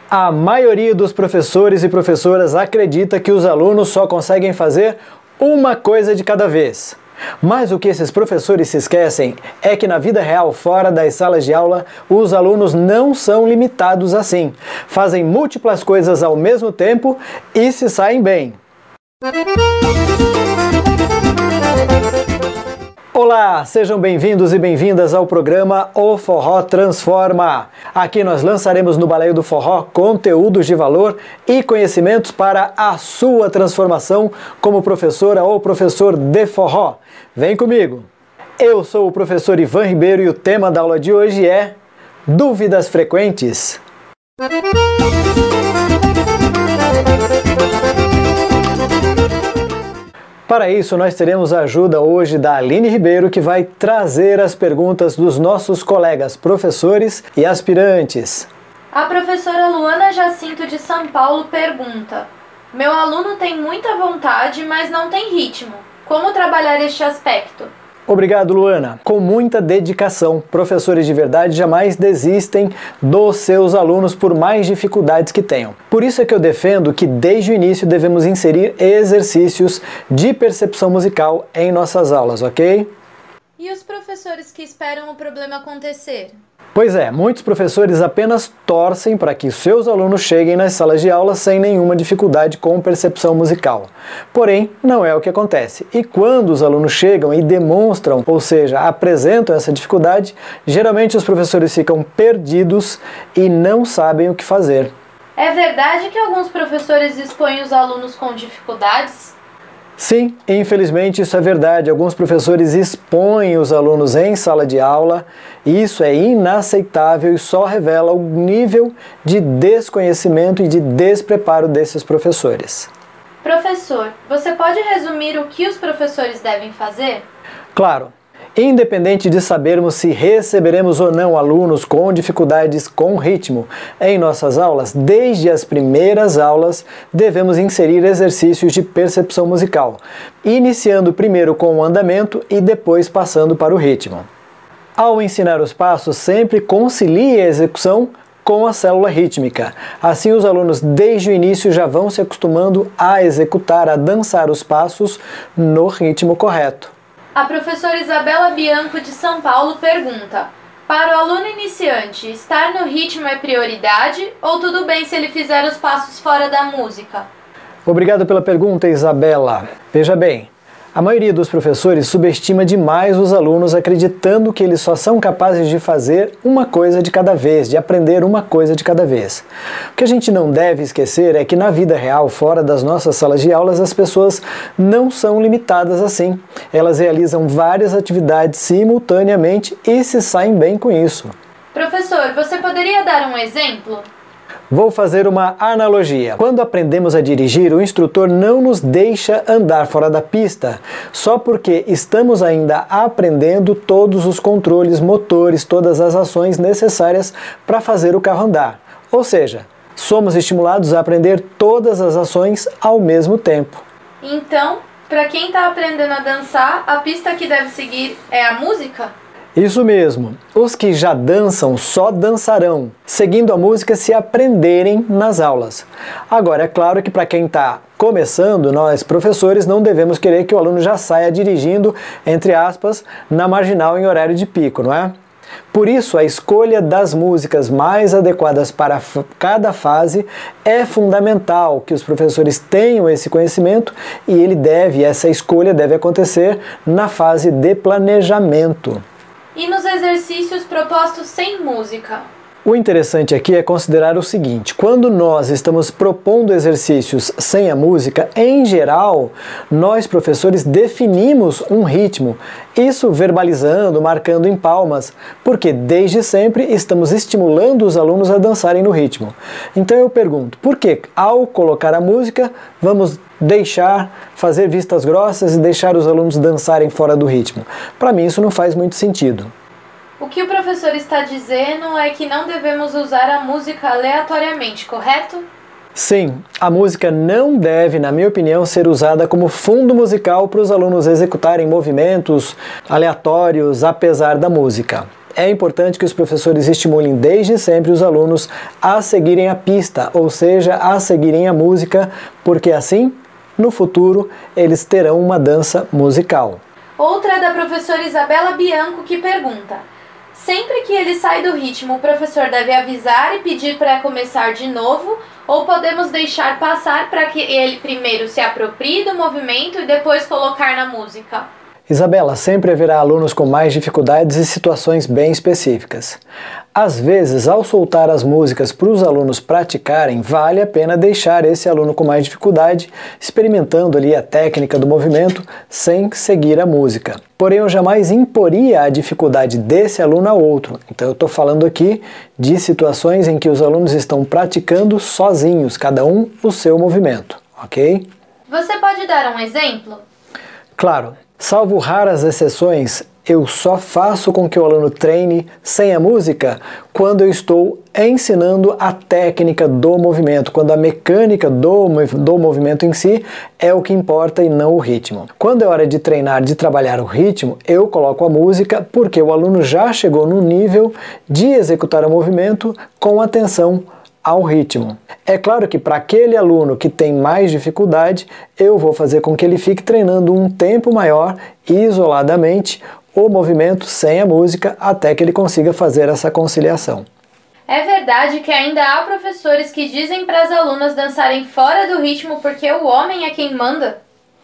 A maioria dos professores e professoras acredita que os alunos só conseguem fazer uma coisa de cada vez. Mas o que esses professores se esquecem é que na vida real, fora das salas de aula, os alunos não são limitados assim. Fazem múltiplas coisas ao mesmo tempo e se saem bem. Olá, sejam bem-vindos e bem-vindas ao programa O Forró Transforma. Aqui nós lançaremos no Baleio do Forró conteúdos de valor e conhecimentos para a sua transformação como professora ou professor de forró. Vem comigo! Eu sou o professor Ivan Ribeiro e o tema da aula de hoje é Dúvidas Frequentes. Para isso, nós teremos a ajuda hoje da Aline Ribeiro, que vai trazer as perguntas dos nossos colegas professores e aspirantes. A professora Luana Jacinto de São Paulo pergunta: meu aluno tem muita vontade, mas não tem ritmo. Como trabalhar este aspecto? Obrigado, Luana. Com muita dedicação, professores de verdade jamais desistem dos seus alunos por mais dificuldades que tenham. Por isso é que eu defendo que desde o início devemos inserir exercícios de percepção musical em nossas aulas, ok? E os professores que esperam o problema acontecer? Pois é, muitos professores apenas torcem para que seus alunos cheguem nas salas de aula sem nenhuma dificuldade com percepção musical. Porém, não é o que acontece. E quando os alunos chegam e demonstram, ou seja, apresentam essa dificuldade, geralmente os professores ficam perdidos e não sabem o que fazer. É verdade que alguns professores expõem os alunos com dificuldades? Sim, infelizmente isso é verdade. Alguns professores expõem os alunos em sala de aula e isso é inaceitável e só revela o nível de desconhecimento e de despreparo desses professores. Professor, você pode resumir o que os professores devem fazer? Claro. Independente de sabermos se receberemos ou não alunos com dificuldades com ritmo em nossas aulas, desde as primeiras aulas devemos inserir exercícios de percepção musical, iniciando primeiro com o andamento e depois passando para o ritmo. Ao ensinar os passos, sempre concilie a execução com a célula rítmica. Assim os alunos desde o início já vão se acostumando a executar, a dançar os passos no ritmo correto. A professora Isabela Bianco de São Paulo pergunta: para o aluno iniciante, estar no ritmo é prioridade ou tudo bem se ele fizer os passos fora da música? Obrigado pela pergunta, Isabela. Veja bem, a maioria dos professores subestima demais os alunos acreditando que eles só são capazes de fazer uma coisa de cada vez, de aprender uma coisa de cada vez. O que a gente não deve esquecer é que na vida real, fora das nossas salas de aulas, as pessoas não são limitadas assim. Elas realizam várias atividades simultaneamente e se saem bem com isso. Professor, você poderia dar um exemplo? Vou fazer uma analogia. Quando aprendemos a dirigir, o instrutor não nos deixa andar fora da pista, só porque estamos ainda aprendendo todos os controles motores, todas as ações necessárias para fazer o carro andar. Ou seja, somos estimulados a aprender todas as ações ao mesmo tempo. Então, para quem está aprendendo a dançar, a pista que deve seguir é a música? Isso mesmo, os que já dançam só dançarão, seguindo a música se aprenderem nas aulas. Agora, é claro que para quem está começando, nós professores não devemos querer que o aluno já saia dirigindo, entre aspas, na marginal em horário de pico, não é? Por isso, a escolha das músicas mais adequadas para cada fase é fundamental que os professores tenham esse conhecimento e essa escolha deve acontecer na fase de planejamento. E nos exercícios propostos sem música? O interessante aqui é considerar o seguinte: quando nós estamos propondo exercícios sem a música, em geral, nós professores definimos um ritmo, isso verbalizando, marcando em palmas, porque desde sempre estamos estimulando os alunos a dançarem no ritmo. Então eu pergunto, por que ao colocar a música, vamos fazer vistas grossas e deixar os alunos dançarem fora do ritmo? Para mim isso não faz muito sentido. O que o professor está dizendo é que não devemos usar a música aleatoriamente, correto? Sim, a música não deve, na minha opinião, ser usada como fundo musical para os alunos executarem movimentos aleatórios apesar da música. É importante que os professores estimulem desde sempre os alunos a seguirem a pista, ou seja, a seguirem a música, porque assim, no futuro, eles terão uma dança musical. Outra é da professora Isabela Bianco, que pergunta: sempre que ele sai do ritmo, o professor deve avisar e pedir para começar de novo, ou podemos deixar passar para que ele primeiro se aproprie do movimento e depois colocar na música? Isabela, sempre haverá alunos com mais dificuldades e situações bem específicas. Às vezes, ao soltar as músicas para os alunos praticarem, vale a pena deixar esse aluno com mais dificuldade experimentando ali a técnica do movimento sem seguir a música. Porém, eu jamais imporia a dificuldade desse aluno a outro. Então, eu estou falando aqui de situações em que os alunos estão praticando sozinhos, cada um o seu movimento, ok? Você pode dar um exemplo? Claro. Salvo raras exceções, eu só faço com que o aluno treine sem a música quando eu estou ensinando a técnica do movimento, quando a mecânica do movimento em si é o que importa e não o ritmo. Quando é hora de treinar, de trabalhar o ritmo, eu coloco a música porque o aluno já chegou no nível de executar o movimento com atenção ao ritmo. É claro que para aquele aluno que tem mais dificuldade, eu vou fazer com que ele fique treinando um tempo maior, isoladamente, o movimento sem a música, até que ele consiga fazer essa conciliação. É verdade que ainda há professores que dizem para as alunas dançarem fora do ritmo porque o homem é quem manda?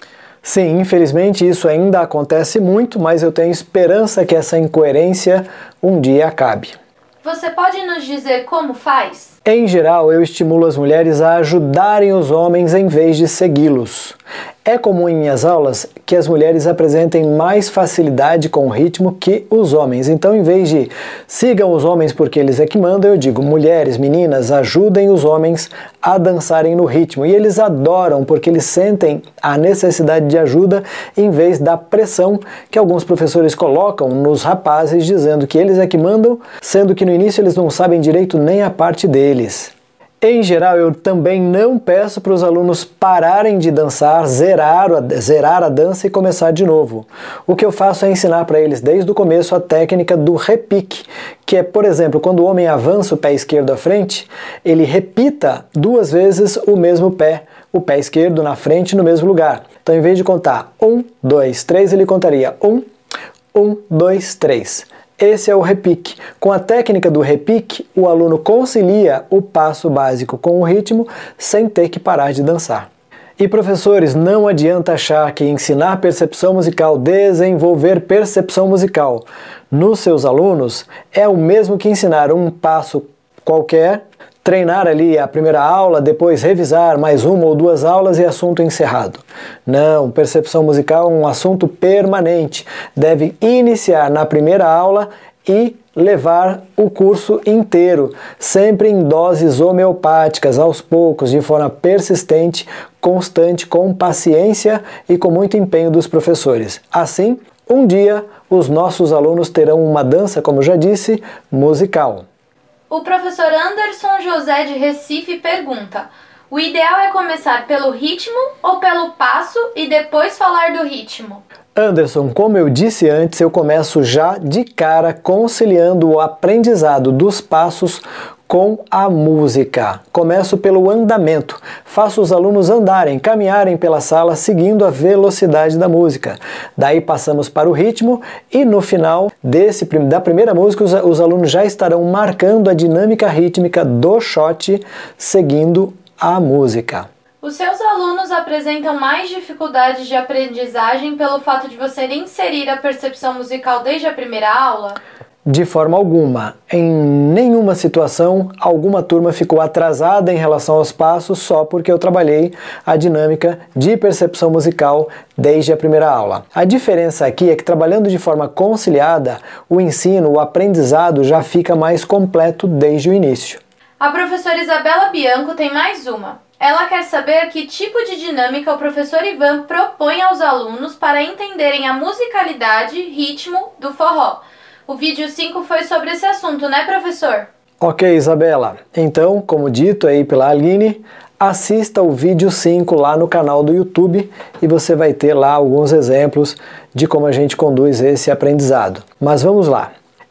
Sim, infelizmente isso ainda acontece muito, mas eu tenho esperança que essa incoerência um dia acabe. Você pode nos dizer como faz? Em geral, eu estimulo as mulheres a ajudarem os homens em vez de segui-los. É comum em minhas aulas que as mulheres apresentem mais facilidade com o ritmo que os homens. Então, em vez de sigam os homens porque eles é que mandam, eu digo: mulheres, meninas, ajudem os homens a dançarem no ritmo. E eles adoram porque eles sentem a necessidade de ajuda em vez da pressão que alguns professores colocam nos rapazes, dizendo que eles é que mandam, sendo que no início eles não sabem direito nem a parte deles. Em geral, eu também não peço para os alunos pararem de dançar, zerar a dança e começar de novo. O que eu faço é ensinar para eles desde o começo a técnica do repique, que é, por exemplo, quando o homem avança o pé esquerdo à frente, ele repita 2 vezes o mesmo pé, o pé esquerdo na frente no mesmo lugar. Então, em vez de contar 1, 2, 3, ele contaria 1, 1, 2, 3. Esse é o repique. Com a técnica do repique, o aluno concilia o passo básico com o ritmo sem ter que parar de dançar. E professores, não adianta achar que ensinar percepção musical, desenvolver percepção musical nos seus alunos é o mesmo que ensinar um passo qualquer, treinar ali a primeira aula, depois revisar mais 1 ou 2 aulas e assunto encerrado. Não, percepção musical é um assunto permanente. Deve iniciar na primeira aula e levar o curso inteiro, sempre em doses homeopáticas, aos poucos, de forma persistente, constante, com paciência e com muito empenho dos professores. Assim, um dia, os nossos alunos terão uma dança, como já disse, musical. O professor Anderson José de Recife pergunta: o ideal é começar pelo ritmo ou pelo passo e depois falar do ritmo? Anderson, como eu disse antes, eu começo já de cara conciliando o aprendizado dos passos com a música. Começo pelo andamento. Faço os alunos andarem, caminharem pela sala seguindo a velocidade da música. Daí passamos para o ritmo e no final da primeira música os alunos já estarão marcando a dinâmica rítmica do shot seguindo a música. Os seus alunos apresentam mais dificuldades de aprendizagem pelo fato de você inserir a percepção musical desde a primeira aula? De forma alguma. Em nenhuma situação, alguma turma ficou atrasada em relação aos passos só porque eu trabalhei a dinâmica de percepção musical desde a primeira aula. A diferença aqui é que trabalhando de forma conciliada, o ensino, o aprendizado já fica mais completo desde o início. A professora Isabela Bianco tem mais uma. Ela quer saber que tipo de dinâmica o professor Ivan propõe aos alunos para entenderem a musicalidade, ritmo do forró. O vídeo 5 foi sobre esse assunto, né, professor? Ok, Isabela. Então, como dito aí pela Aline, assista o vídeo 5 lá no canal do YouTube e você vai ter lá alguns exemplos de como a gente conduz esse aprendizado. Mas vamos lá.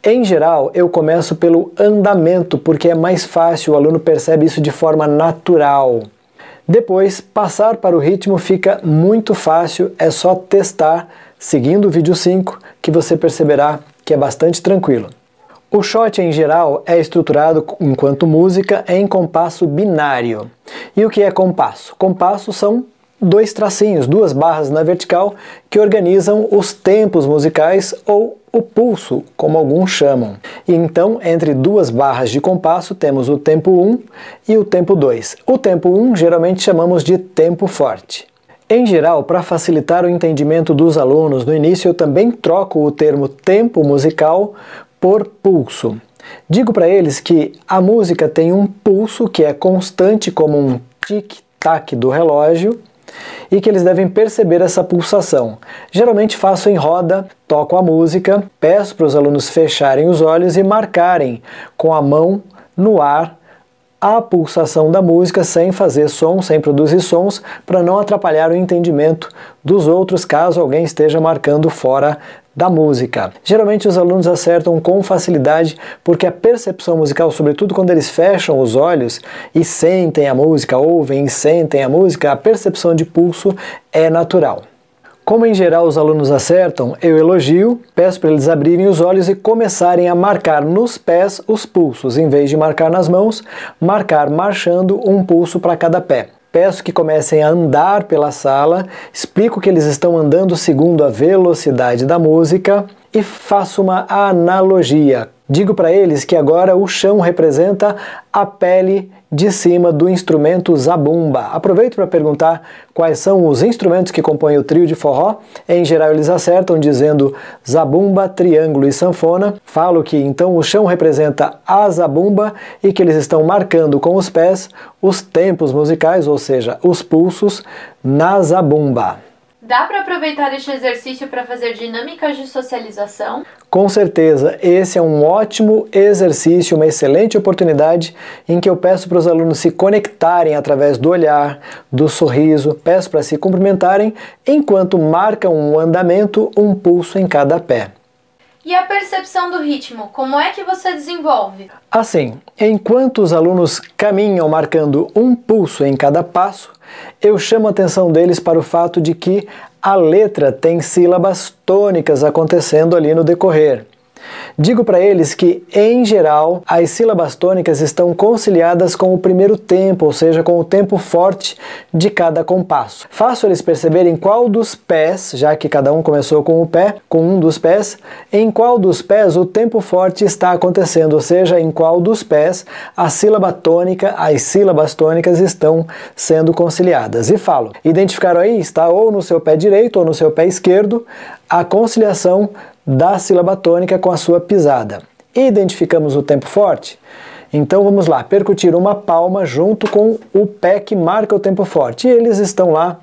Em geral, eu começo pelo andamento, porque é mais fácil, o aluno percebe isso de forma natural. Depois, passar para o ritmo fica muito fácil, é só testar, seguindo o vídeo 5, que você perceberá que é bastante tranquilo. O shot, em geral, é estruturado enquanto música em compasso binário. E o que é compasso? Compasso são dois tracinhos, duas barras na vertical que organizam os tempos musicais ou o pulso, como alguns chamam. E então, entre duas barras de compasso, temos o tempo 1 e o tempo 2. O tempo 1 geralmente chamamos de tempo forte. Em geral, para facilitar o entendimento dos alunos, no início eu também troco o termo tempo musical por pulso. Digo para eles que a música tem um pulso que é constante como um tic-tac do relógio, e que eles devem perceber essa pulsação. Geralmente faço em roda, toco a música, peço para os alunos fecharem os olhos e marcarem com a mão no ar a pulsação da música sem fazer som, sem produzir sons, para não atrapalhar o entendimento dos outros caso alguém esteja marcando fora da música. Geralmente os alunos acertam com facilidade porque a percepção musical, sobretudo quando eles fecham os olhos e sentem a música, ouvem e sentem a música, a percepção de pulso é natural. Como em geral os alunos acertam, eu elogio, peço para eles abrirem os olhos e começarem a marcar nos pés os pulsos, em vez de marcar nas mãos, marcar marchando um pulso para cada pé. Peço que comecem a andar pela sala, explico que eles estão andando segundo a velocidade da música e faço uma analogia. Digo para eles que agora o chão representa a pele de cima do instrumento zabumba. Aproveito para perguntar quais são os instrumentos que compõem o trio de forró. Em geral eles acertam dizendo zabumba, triângulo e sanfona. Falo que então o chão representa a zabumba e que eles estão marcando com os pés os tempos musicais, ou seja, os pulsos na zabumba. Dá para aproveitar este exercício para fazer dinâmicas de socialização? Com certeza, esse é um ótimo exercício, uma excelente oportunidade em que eu peço para os alunos se conectarem através do olhar, do sorriso, peço para se cumprimentarem enquanto marcam um andamento, um pulso em cada pé. E a percepção do ritmo, como é que você desenvolve? Assim, enquanto os alunos caminham marcando um pulso em cada passo, eu chamo a atenção deles para o fato de que a letra tem sílabas tônicas acontecendo ali no decorrer. Digo para eles que, em geral, as sílabas tônicas estão conciliadas com o primeiro tempo, ou seja, com o tempo forte de cada compasso. Faço eles perceberem qual dos pés, já que cada um começou com o pé, com um dos pés, em qual dos pés o tempo forte está acontecendo, ou seja, em qual dos pés a sílaba tônica, as sílabas tônicas estão sendo conciliadas. E falo, identificaram aí? Está ou no seu pé direito ou no seu pé esquerdo a conciliação da sílaba tônica com a sua pisada. Identificamos o tempo forte? Então vamos lá, percutir uma palma junto com o pé que marca o tempo forte. E eles estão lá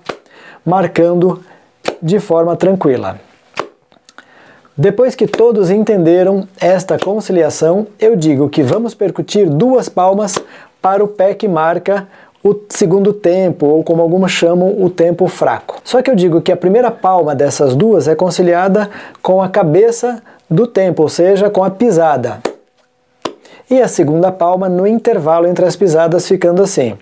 marcando de forma tranquila. Depois que todos entenderam esta conciliação, eu digo que vamos percutir duas palmas para o pé que marca o segundo tempo, ou como alguns chamam, o tempo fraco. Só que eu digo que a primeira palma dessas duas é conciliada com a cabeça do tempo, ou seja, com a pisada. E a segunda palma no intervalo entre as pisadas, ficando assim.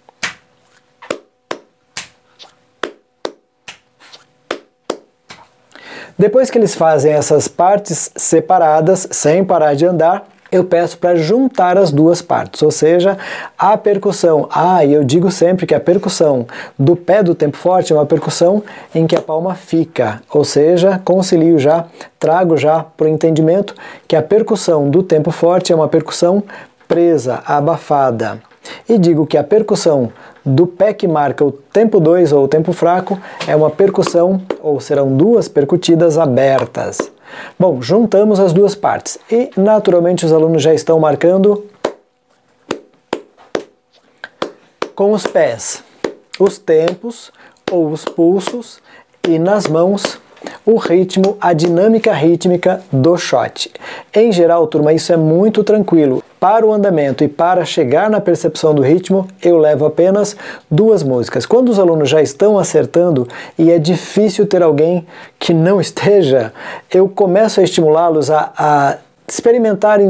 Depois que eles fazem essas partes separadas, sem parar de andar, eu peço para juntar as duas partes, ou seja, a percussão. E eu digo sempre que a percussão do pé do tempo forte é uma percussão em que a palma fica, ou seja, concilio já, trago já para o entendimento que a percussão do tempo forte é uma percussão presa, abafada. E digo que a percussão do pé que marca o tempo 2 ou o tempo fraco é uma percussão, ou serão duas percutidas abertas. Bom, juntamos as duas partes e naturalmente os alunos já estão marcando com os pés os tempos ou os pulsos e nas mãos o ritmo, a dinâmica rítmica do shot. Em geral, turma, isso é muito tranquilo. Para o andamento e para chegar na percepção do ritmo, eu levo apenas duas músicas. Quando os alunos já estão acertando e é difícil ter alguém que não esteja, eu começo a estimulá-los a experimentarem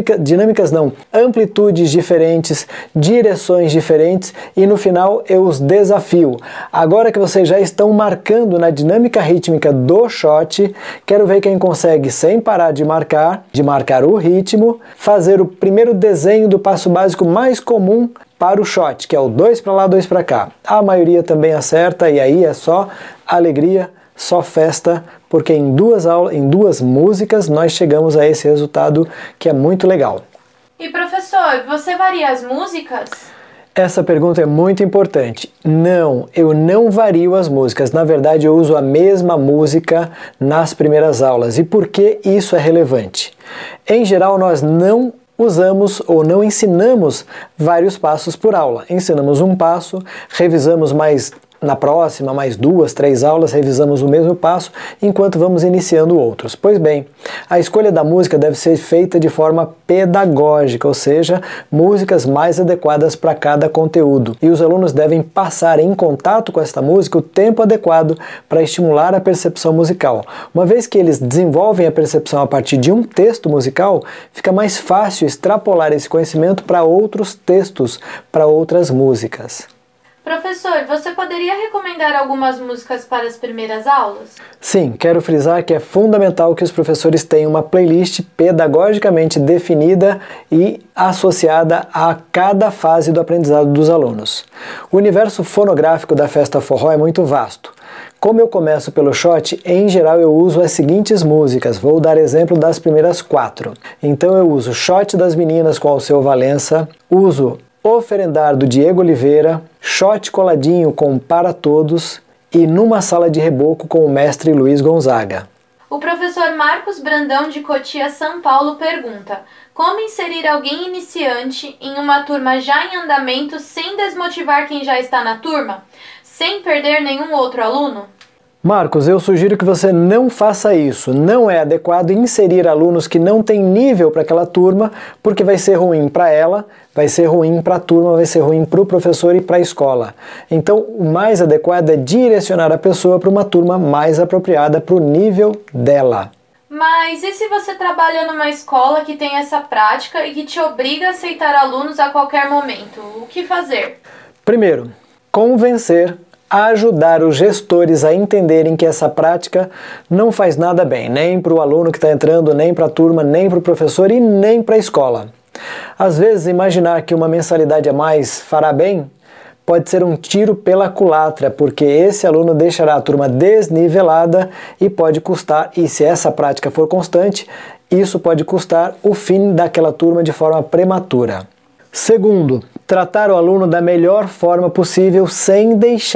amplitudes diferentes, direções diferentes e no final eu os desafio. Agora que vocês já estão marcando na dinâmica rítmica do shot, quero ver quem consegue, sem parar de marcar o ritmo, fazer o primeiro desenho do passo básico mais comum para o shot, que é o 2 para lá, 2 para cá. A maioria também acerta e aí é só alegria, só festa, porque em duas músicas nós chegamos a esse resultado que é muito legal. E professor, você varia as músicas? Essa pergunta é muito importante. Não, eu não vario as músicas. Na verdade, eu uso a mesma música nas primeiras aulas. E por que isso é relevante? Em geral, nós não usamos ou não ensinamos vários passos por aula. Ensinamos um passo, revisamos na próxima, mais 2, 3 aulas, revisamos o mesmo passo, enquanto vamos iniciando outros. Pois bem, a escolha da música deve ser feita de forma pedagógica, ou seja, músicas mais adequadas para cada conteúdo. E os alunos devem passar em contato com esta música o tempo adequado para estimular a percepção musical. Uma vez que eles desenvolvem a percepção a partir de um texto musical, fica mais fácil extrapolar esse conhecimento para outros textos, para outras músicas. Professor, você poderia recomendar algumas músicas para as primeiras aulas? Sim, quero frisar que é fundamental que os professores tenham uma playlist pedagogicamente definida e associada a cada fase do aprendizado dos alunos. O universo fonográfico da Festa Forró é muito vasto. Como eu começo pelo shot, em geral eu uso as seguintes músicas. Vou dar exemplo das primeiras 4. Então eu uso Shot das Meninas com Alceu Valença, uso Oferendar do Diego Oliveira, Shot Coladinho com Para Todos e Numa Sala de Reboco com o mestre Luiz Gonzaga. O professor Marcos Brandão de Cotia, São Paulo pergunta: como inserir alguém iniciante em uma turma já em andamento sem desmotivar quem já está na turma, sem perder nenhum outro aluno? Marcos, eu sugiro que você não faça isso. Não é adequado inserir alunos que não têm nível para aquela turma, porque vai ser ruim para ela, vai ser ruim para a turma, vai ser ruim para o professor e para a escola. Então, o mais adequado é direcionar a pessoa para uma turma mais apropriada para o nível dela. Mas e se você trabalha numa escola que tem essa prática e que te obriga a aceitar alunos a qualquer momento? O que fazer? Primeiro, convencer, ajudar os gestores a entenderem que essa prática não faz nada bem, nem para o aluno que está entrando, nem para a turma, nem para o professor e nem para a escola. Às vezes, imaginar que uma mensalidade a mais fará bem pode ser um tiro pela culatra, porque esse aluno deixará a turma desnivelada e pode custar, e se essa prática for constante, isso pode custar o fim daquela turma de forma prematura. Segundo, tratar o aluno da melhor forma possível sem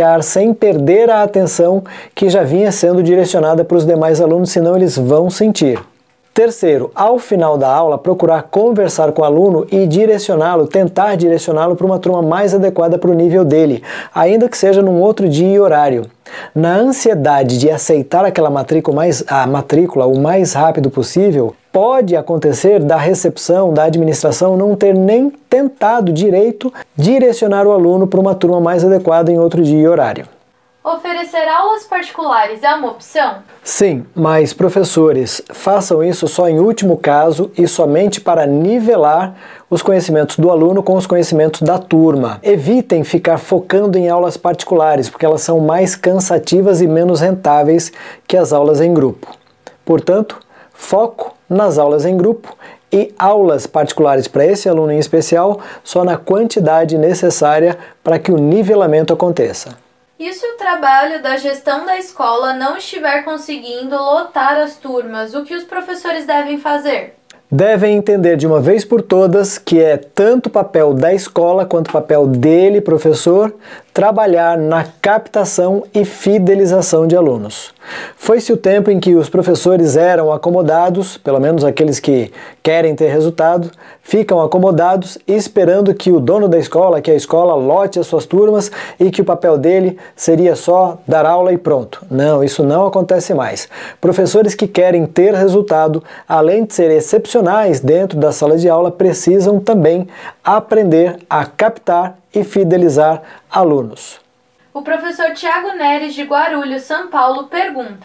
perder a atenção que já vinha sendo direcionada para os demais alunos, senão eles vão sentir. Terceiro, ao final da aula, procurar conversar com o aluno e tentar direcioná-lo para uma turma mais adequada para o nível dele, ainda que seja num outro dia e horário. Na ansiedade de aceitar aquela matrícula o mais rápido possível, pode acontecer da recepção, da administração, não ter nem tentado direito direcionar o aluno para uma turma mais adequada em outro dia e horário. Oferecer aulas particulares é uma opção? Sim, mas professores, façam isso só em último caso e somente para nivelar os conhecimentos do aluno com os conhecimentos da turma. Evitem ficar focando em aulas particulares, porque elas são mais cansativas e menos rentáveis que as aulas em grupo. Portanto, foco nas aulas em grupo e aulas particulares para esse aluno em especial só na quantidade necessária para que o nivelamento aconteça. E se o trabalho da gestão da escola não estiver conseguindo lotar as turmas, o que os professores devem fazer? Devem entender de uma vez por todas que é tanto papel da escola quanto papel dele, professor, trabalhar na captação e fidelização de alunos. Foi-se o tempo em que os professores eram acomodados, pelo menos aqueles que querem ter resultado, ficam acomodados esperando que o dono da escola, que a escola lote as suas turmas e que o papel dele seria só dar aula e pronto. Não, isso não acontece mais. Professores que querem ter resultado, além de ser excepcionais dentro da sala de aula, precisam também aprender a captar e fidelizar alunos. O professor Tiago Neres, de Guarulhos, São Paulo, pergunta: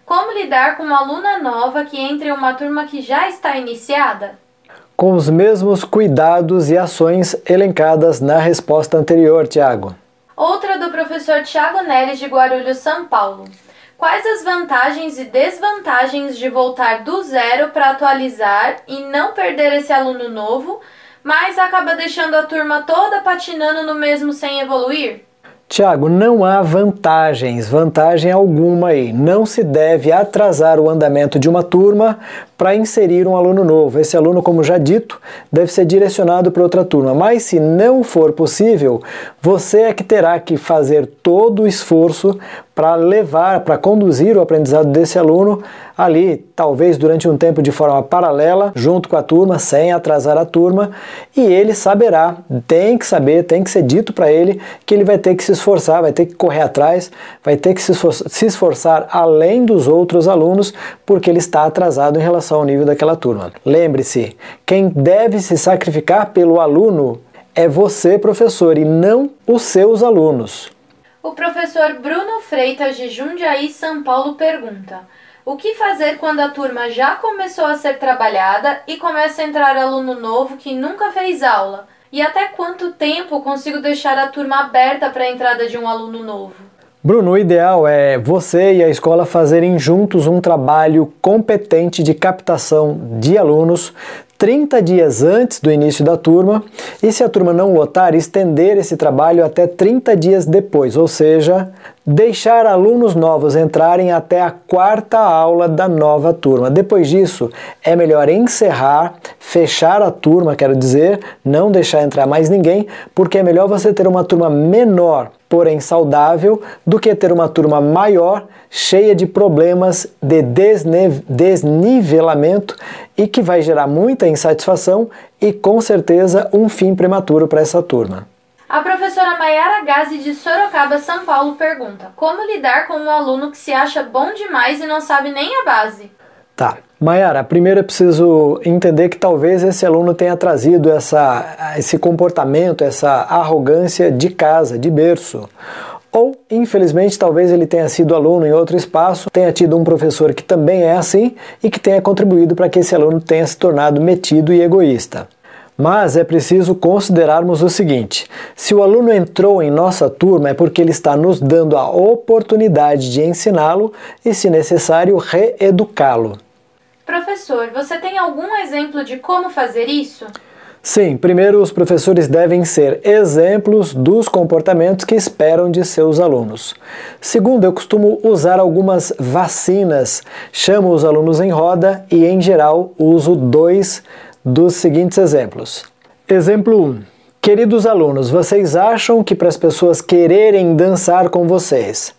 Como lidar com uma aluna nova que entra em uma turma que já está iniciada? Com os mesmos cuidados e ações elencadas na resposta anterior, Tiago. Outra do professor Tiago Neres de Guarulhos, São Paulo. Quais as vantagens e desvantagens de voltar do zero para atualizar e não perder esse aluno novo, mas acaba deixando a turma toda patinando no mesmo sem evoluir? Tiago, não há vantagem alguma aí. Não se deve atrasar o andamento de uma turma para inserir um aluno novo. Esse aluno, como já dito, deve ser direcionado para outra turma. Mas se não for possível, você é que terá que fazer todo o esforço para conduzir o aprendizado desse aluno ali, talvez durante um tempo de forma paralela, junto com a turma, sem atrasar a turma, e ele saberá, tem que saber, tem que ser dito para ele que ele vai ter que se esforçar, vai ter que correr atrás, vai ter que se esforçar além dos outros alunos, porque ele está atrasado em relação ao nível daquela turma. Lembre-se, quem deve se sacrificar pelo aluno é você, professor, e não os seus alunos. O professor Bruno Freitas de Jundiaí, São Paulo, pergunta: o que fazer quando a turma já começou a ser trabalhada e começa a entrar aluno novo que nunca fez aula? E até quanto tempo consigo deixar a turma aberta para a entrada de um aluno novo? Bruno, o ideal é você e a escola fazerem juntos um trabalho competente de captação de alunos 30 dias antes do início da turma, e se a turma não lotar, estender esse trabalho até 30 dias depois, ou seja, deixar alunos novos entrarem até a 4ª aula da nova turma. Depois disso, é melhor encerrar, fechar a turma, quero dizer, não deixar entrar mais ninguém, porque é melhor você ter uma turma menor, porém saudável, do que ter uma turma maior, cheia de problemas de desnivelamento e que vai gerar muita insatisfação e, com certeza, um fim prematuro para essa turma. A professora Maiara Gazi de Sorocaba, São Paulo, pergunta: como lidar com um aluno que se acha bom demais e não sabe nem a base? Tá. Maiara, primeiro é preciso entender que talvez esse aluno tenha trazido esse comportamento, essa arrogância de casa, de berço. Ou, infelizmente, talvez ele tenha sido aluno em outro espaço, tenha tido um professor que também é assim e que tenha contribuído para que esse aluno tenha se tornado metido e egoísta. Mas é preciso considerarmos o seguinte: se o aluno entrou em nossa turma é porque ele está nos dando a oportunidade de ensiná-lo e, se necessário, reeducá-lo. Professor, você tem algum exemplo de como fazer isso? Sim, primeiro os professores devem ser exemplos dos comportamentos que esperam de seus alunos. Segundo, eu costumo usar algumas vacinas, chamo os alunos em roda e, em geral, uso 2 dos seguintes exemplos. Exemplo 1. Queridos alunos, vocês acham que para as pessoas quererem dançar com vocês,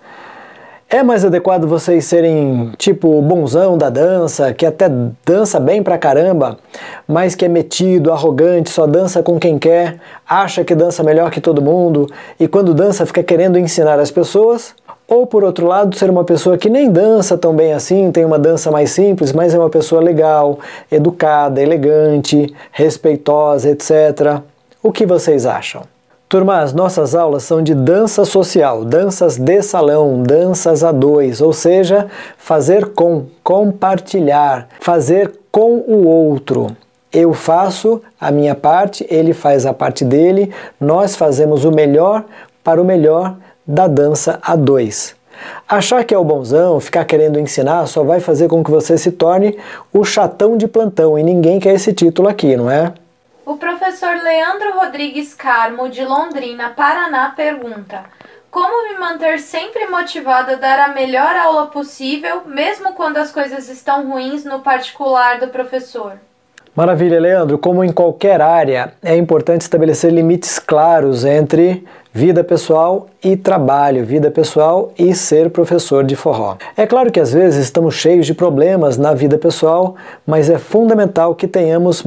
é mais adequado vocês serem tipo o bonzão da dança, que até dança bem pra caramba, mas que é metido, arrogante, só dança com quem quer, acha que dança melhor que todo mundo e quando dança fica querendo ensinar as pessoas? Ou, por outro lado, ser uma pessoa que nem dança tão bem assim, tem uma dança mais simples, mas é uma pessoa legal, educada, elegante, respeitosa, etc. O que vocês acham? Turma, as nossas aulas são de dança social, danças de salão, danças a dois, ou seja, fazer com, compartilhar, fazer com o outro. Eu faço a minha parte, ele faz a parte dele, nós fazemos o melhor para o melhor da dança a dois. Achar que é o bonzão, ficar querendo ensinar, só vai fazer com que você se torne o chatão de plantão, e ninguém quer esse título aqui, não é? O professor Leandro Rodrigues Carmo, de Londrina, Paraná, pergunta: como me manter sempre motivado a dar a melhor aula possível, mesmo quando as coisas estão ruins no particular do professor? Maravilha, Leandro. Como em qualquer área, é importante estabelecer limites claros entre vida pessoal e trabalho, vida pessoal e ser professor de forró. É claro que às vezes estamos cheios de problemas na vida pessoal, mas é fundamental que tenhamos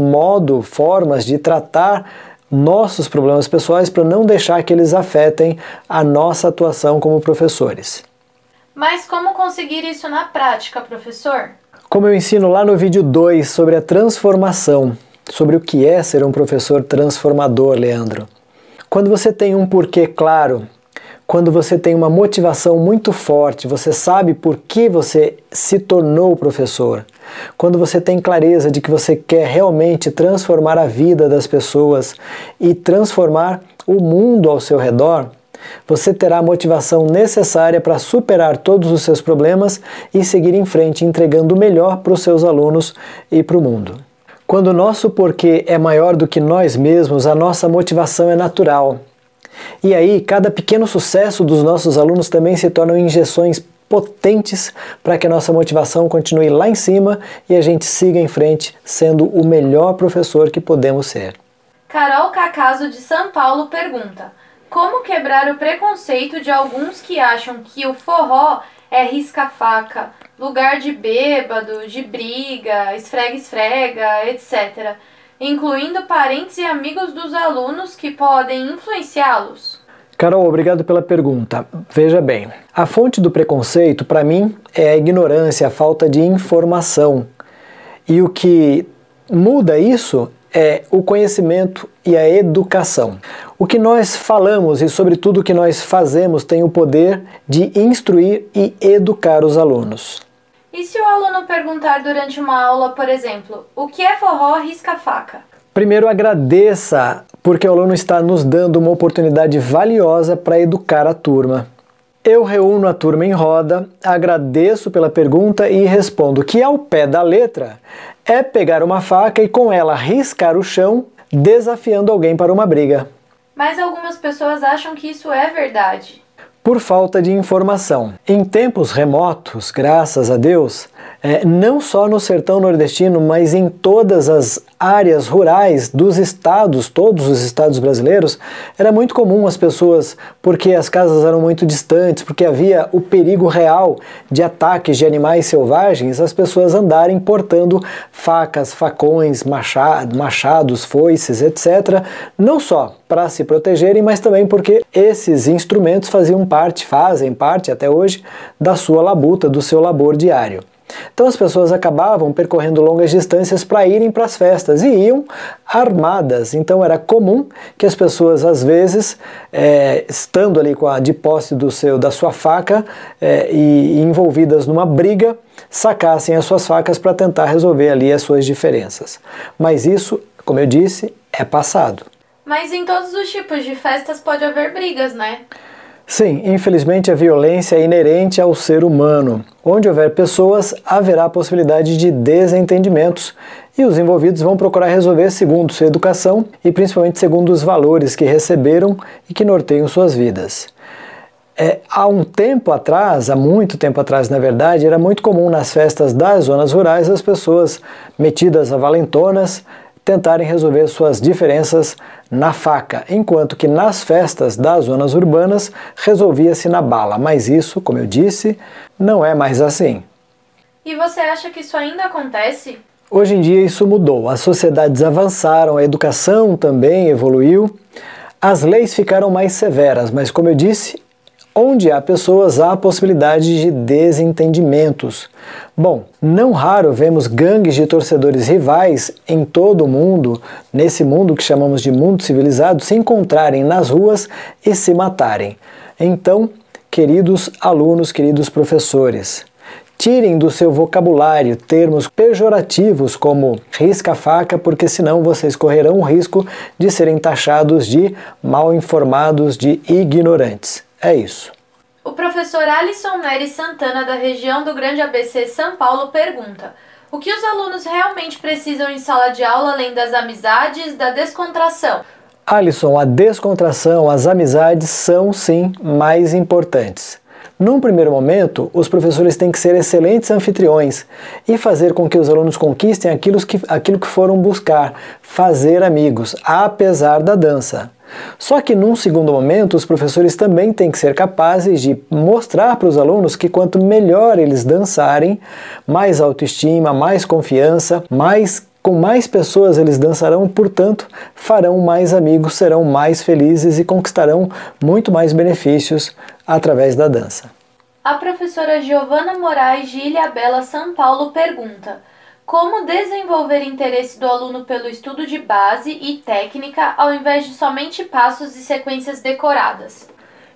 formas de tratar nossos problemas pessoais para não deixar que eles afetem a nossa atuação como professores. Mas como conseguir isso na prática, professor? Como eu ensino lá no vídeo 2 sobre a transformação, sobre o que é ser um professor transformador, Leandro. Quando você tem um porquê claro, quando você tem uma motivação muito forte, você sabe por que você se tornou professor, quando você tem clareza de que você quer realmente transformar a vida das pessoas e transformar o mundo ao seu redor, você terá a motivação necessária para superar todos os seus problemas e seguir em frente, entregando o melhor para os seus alunos e para o mundo. Quando o nosso porquê é maior do que nós mesmos, a nossa motivação é natural. E aí, cada pequeno sucesso dos nossos alunos também se tornam injeções potentes para que a nossa motivação continue lá em cima e a gente siga em frente sendo o melhor professor que podemos ser. Carol Cacaso de São Paulo pergunta: como quebrar o preconceito de alguns que acham que o forró é risca-faca, lugar de bêbado, de briga, esfrega-esfrega, etc., incluindo parentes e amigos dos alunos que podem influenciá-los? Carol, obrigado pela pergunta. Veja bem, a fonte do preconceito, para mim, é a ignorância, a falta de informação. E o que muda isso é o conhecimento e a educação. O que nós falamos e, sobretudo, o que nós fazemos tem o poder de instruir e educar os alunos. E se o aluno perguntar durante uma aula, por exemplo, o que é forró risca-faca? Primeiro, agradeça, porque o aluno está nos dando uma oportunidade valiosa para educar a turma. Eu reúno a turma em roda, agradeço pela pergunta e respondo que, ao pé da letra, é pegar uma faca e com ela riscar o chão, desafiando alguém para uma briga. Mas algumas pessoas acham que isso é verdade. Por falta de informação. Em tempos remotos, graças a Deus, não só no sertão nordestino, mas em todas as áreas rurais dos estados, todos os estados brasileiros, era muito comum as pessoas, porque as casas eram muito distantes, porque havia o perigo real de ataques de animais selvagens, as pessoas andarem portando facas, facões, machados, foices, etc., não só para se protegerem, mas também porque esses instrumentos fazem parte até hoje, da sua labuta, do seu labor diário. Então as pessoas acabavam percorrendo longas distâncias para irem para as festas e iam armadas. Então era comum que as pessoas, às vezes, estando ali de posse da sua faca e envolvidas numa briga, sacassem as suas facas para tentar resolver ali as suas diferenças. Mas isso, como eu disse, é passado. Mas em todos os tipos de festas pode haver brigas, né? Sim, infelizmente a violência é inerente ao ser humano. Onde houver pessoas, haverá a possibilidade de desentendimentos e os envolvidos vão procurar resolver segundo sua educação e principalmente segundo os valores que receberam e que norteiam suas vidas. Há muito tempo atrás, na verdade, era muito comum nas festas das zonas rurais as pessoas metidas a valentonas tentarem resolver suas diferenças na faca, enquanto que nas festas das zonas urbanas resolvia-se na bala. Mas isso, como eu disse, não é mais assim. E você acha que isso ainda acontece? Hoje em dia isso mudou, as sociedades avançaram, a educação também evoluiu, as leis ficaram mais severas, mas como eu disse, onde há pessoas, há a possibilidade de desentendimentos. Bom, não raro vemos gangues de torcedores rivais em todo o mundo, nesse mundo que chamamos de mundo civilizado, se encontrarem nas ruas e se matarem. Então, queridos alunos, queridos professores, tirem do seu vocabulário termos pejorativos como risca-faca, porque senão vocês correrão o risco de serem taxados de mal informados, de ignorantes. É isso. O professor Alisson Nery Santana, da região do Grande ABC São Paulo, pergunta: o que os alunos realmente precisam em sala de aula além das amizades, da descontração? Alisson, a descontração, as amizades são sim mais importantes. Num primeiro momento, os professores têm que ser excelentes anfitriões e fazer com que os alunos conquistem aquilo que foram buscar, fazer amigos, apesar da dança. Só que num segundo momento, os professores também têm que ser capazes de mostrar para os alunos que quanto melhor eles dançarem, mais autoestima, mais confiança, com mais pessoas eles dançarão, portanto, farão mais amigos, serão mais felizes e conquistarão muito mais benefícios através da dança. A professora Giovana Moraes de Ilhabela, São Paulo, pergunta: como desenvolver interesse do aluno pelo estudo de base e técnica ao invés de somente passos e sequências decoradas?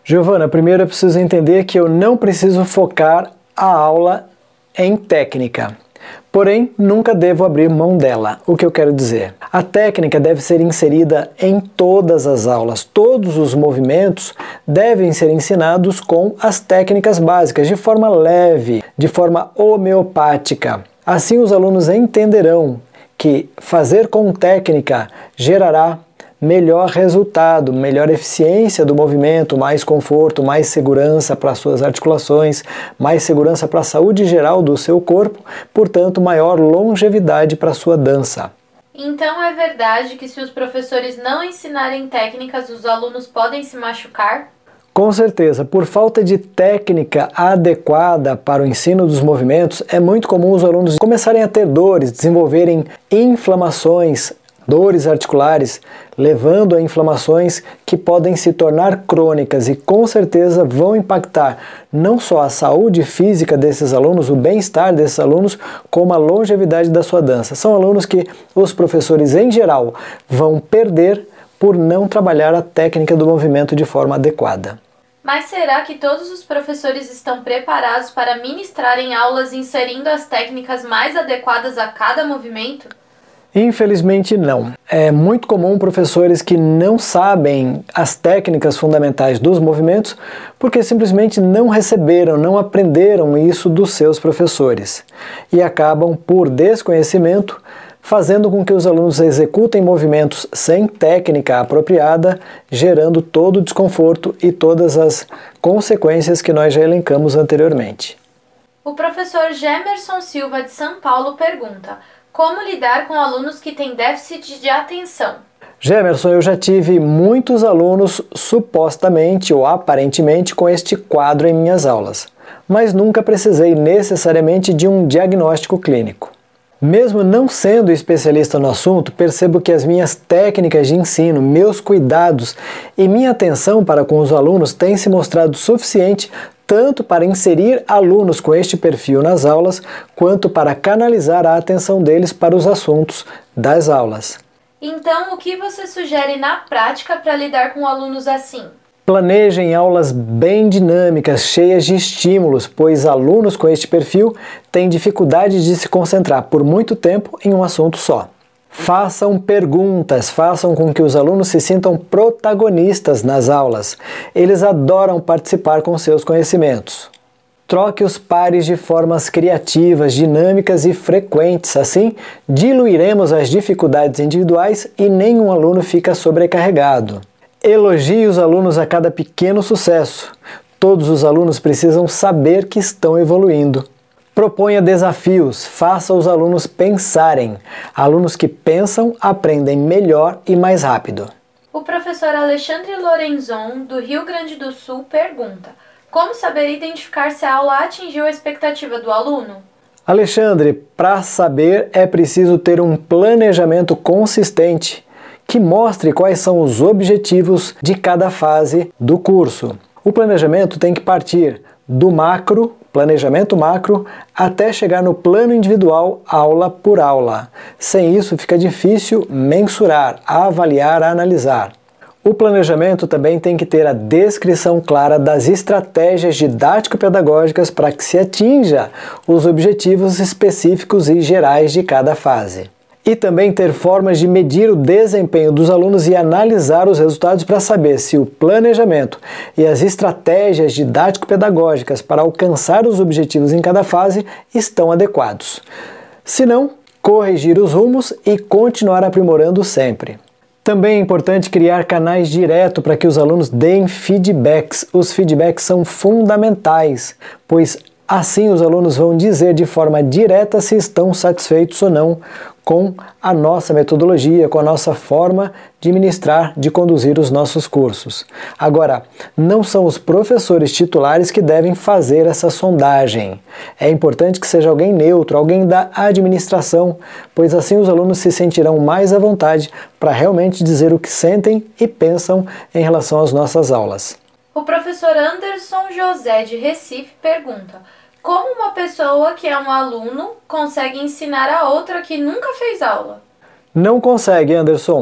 Giovana, primeiro eu preciso entender que eu não preciso focar a aula em técnica. Porém, nunca devo abrir mão dela. O que eu quero dizer? A técnica deve ser inserida em todas as aulas. Todos os movimentos devem ser ensinados com as técnicas básicas, de forma leve, de forma homeopática. Assim os alunos entenderão que fazer com técnica gerará melhor resultado, melhor eficiência do movimento, mais conforto, mais segurança para suas articulações, mais segurança para a saúde geral do seu corpo, portanto, maior longevidade para a sua dança. Então é verdade que se os professores não ensinarem técnicas, os alunos podem se machucar? Com certeza, por falta de técnica adequada para o ensino dos movimentos, é muito comum os alunos começarem a ter dores, desenvolverem inflamações, dores articulares, levando a inflamações que podem se tornar crônicas e com certeza vão impactar não só a saúde física desses alunos, o bem-estar desses alunos, como a longevidade da sua dança. São alunos que os professores em geral vão perder por não trabalhar a técnica do movimento de forma adequada. Mas será que todos os professores estão preparados para ministrarem aulas inserindo as técnicas mais adequadas a cada movimento? Infelizmente não. É muito comum professores que não sabem as técnicas fundamentais dos movimentos porque simplesmente não receberam, não aprenderam isso dos seus professores e acabam, por desconhecimento, fazendo com que os alunos executem movimentos sem técnica apropriada, gerando todo o desconforto e todas as consequências que nós já elencamos anteriormente. O professor Gemerson Silva de São Paulo pergunta: como lidar com alunos que têm déficit de atenção? Gemerson, eu já tive muitos alunos supostamente ou aparentemente com este quadro em minhas aulas, mas nunca precisei necessariamente de um diagnóstico clínico. Mesmo não sendo especialista no assunto, percebo que as minhas técnicas de ensino, meus cuidados e minha atenção para com os alunos têm se mostrado suficiente tanto para inserir alunos com este perfil nas aulas, quanto para canalizar a atenção deles para os assuntos das aulas. Então, o que você sugere na prática para lidar com alunos assim? Planejem aulas bem dinâmicas, cheias de estímulos, pois alunos com este perfil têm dificuldade de se concentrar por muito tempo em um assunto só. Façam perguntas, façam com que os alunos se sintam protagonistas nas aulas. Eles adoram participar com seus conhecimentos. Troque os pares de formas criativas, dinâmicas e frequentes. Assim, diluiremos as dificuldades individuais e nenhum aluno fica sobrecarregado. Elogie os alunos a cada pequeno sucesso. Todos os alunos precisam saber que estão evoluindo. Proponha desafios, faça os alunos pensarem. Alunos que pensam aprendem melhor e mais rápido. O professor Alexandre Lorenzon, do Rio Grande do Sul, pergunta: como saber identificar se a aula atingiu a expectativa do aluno? Alexandre, para saber é preciso ter um planejamento consistente que mostre quais são os objetivos de cada fase do curso. O planejamento tem que partir do macro, planejamento macro, até chegar no plano individual, aula por aula. Sem isso fica difícil mensurar, avaliar, analisar. O planejamento também tem que ter a descrição clara das estratégias didático-pedagógicas para que se atinja os objetivos específicos e gerais de cada fase. E também ter formas de medir o desempenho dos alunos e analisar os resultados para saber se o planejamento e as estratégias didático-pedagógicas para alcançar os objetivos em cada fase estão adequados. Se não, corrigir os rumos e continuar aprimorando sempre. Também é importante criar canais diretos para que os alunos deem feedbacks. Os feedbacks são fundamentais, pois assim os alunos vão dizer de forma direta se estão satisfeitos ou não com a nossa metodologia, com a nossa forma de ministrar, de conduzir os nossos cursos. Agora, não são os professores titulares que devem fazer essa sondagem. É importante que seja alguém neutro, alguém da administração, pois assim os alunos se sentirão mais à vontade para realmente dizer o que sentem e pensam em relação às nossas aulas. O professor Anderson José de Recife pergunta: como uma pessoa que é um aluno consegue ensinar a outra que nunca fez aula? Não consegue, Anderson.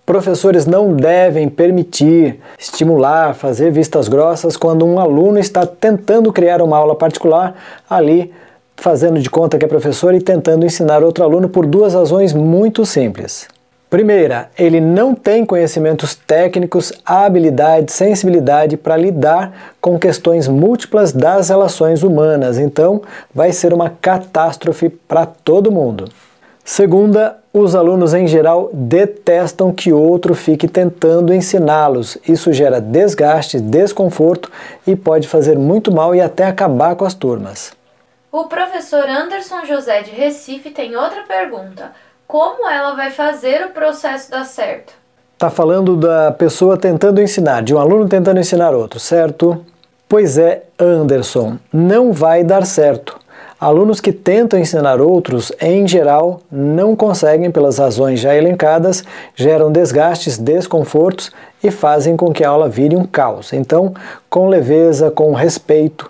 Professores não devem permitir, estimular, fazer vistas grossas quando um aluno está tentando criar uma aula particular ali, fazendo de conta que é professor e tentando ensinar outro aluno por duas razões muito simples. Primeira, ele não tem conhecimentos técnicos, habilidade, sensibilidade para lidar com questões múltiplas das relações humanas, então vai ser uma catástrofe para todo mundo. Segunda, os alunos em geral detestam que outro fique tentando ensiná-los. Isso gera desgaste, desconforto e pode fazer muito mal e até acabar com as turmas. O professor Anderson José de Recife tem outra pergunta. Como ela vai fazer o processo dar certo? Tá falando da pessoa tentando ensinar, de um aluno tentando ensinar outro, certo? Pois é, Anderson, não vai dar certo. Alunos que tentam ensinar outros, em geral, não conseguem pelas razões já elencadas, geram desgastes, desconfortos e fazem com que a aula vire um caos. Então, com leveza, com respeito,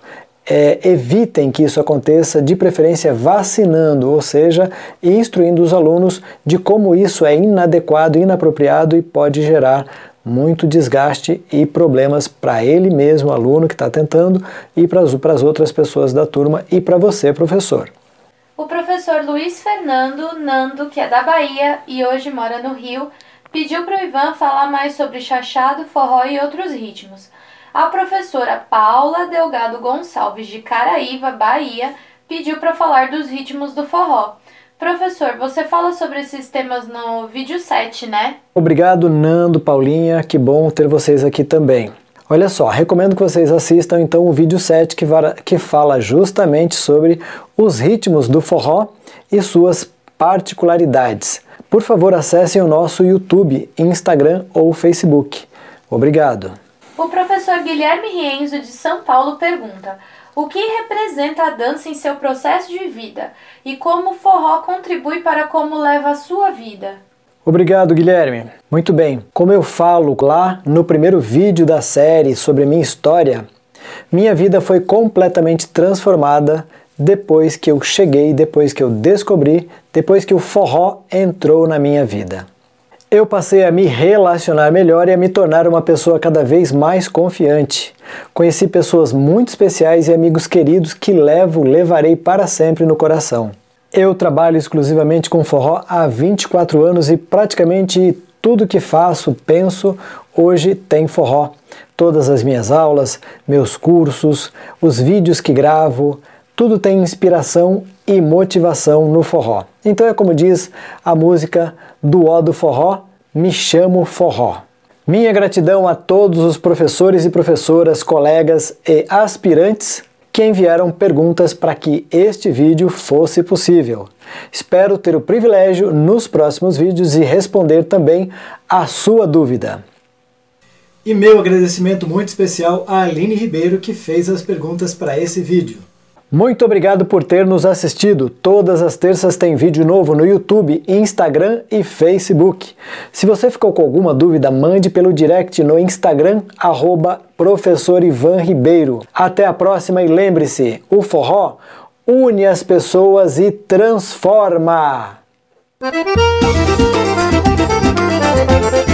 evitem que isso aconteça, de preferência vacinando, ou seja, instruindo os alunos de como isso é inadequado, inapropriado e pode gerar muito desgaste e problemas para ele mesmo, aluno que está tentando, e para as outras pessoas da turma e para você, professor. O professor Luiz Fernando Nando, que é da Bahia e hoje mora no Rio, pediu para o Ivan falar mais sobre chachado, forró e outros ritmos. A professora Paula Delgado Gonçalves, de Caraíva, Bahia, pediu para falar dos ritmos do forró. Professor, você fala sobre esses temas no vídeo 7, né? Obrigado, Nando, Paulinha, que bom ter vocês aqui também. Olha só, recomendo que vocês assistam então o vídeo 7 que fala justamente sobre os ritmos do forró e suas particularidades. Por favor, acessem o nosso YouTube, Instagram ou Facebook. Obrigado. O professor Guilherme Rienzo, de São Paulo, pergunta: o que representa a dança em seu processo de vida e como o forró contribui para como leva a sua vida? Obrigado, Guilherme. Muito bem, como eu falo lá no primeiro vídeo da série sobre minha história, minha vida foi completamente transformada depois que eu cheguei, depois que eu descobri, depois que o forró entrou na minha vida. Eu passei a me relacionar melhor e a me tornar uma pessoa cada vez mais confiante. Conheci pessoas muito especiais e amigos queridos que levarei para sempre no coração. Eu trabalho exclusivamente com forró há 24 anos e praticamente tudo que faço, penso, hoje tem forró. Todas as minhas aulas, meus cursos, os vídeos que gravo, tudo tem inspiração e motivação no forró. Então é como diz a música do Ó do Forró, me chamo forró. Minha gratidão a todos os professores e professoras, colegas e aspirantes que enviaram perguntas para que este vídeo fosse possível. Espero ter o privilégio nos próximos vídeos de responder também a sua dúvida. E meu agradecimento muito especial à Aline Ribeiro, que fez as perguntas para esse vídeo. Muito obrigado por ter nos assistido. Todas as terças tem vídeo novo no YouTube, Instagram e Facebook. Se você ficou com alguma dúvida, mande pelo direct no Instagram, @Professor Ivan Ribeiro. Até a próxima e lembre-se, o forró une as pessoas e transforma!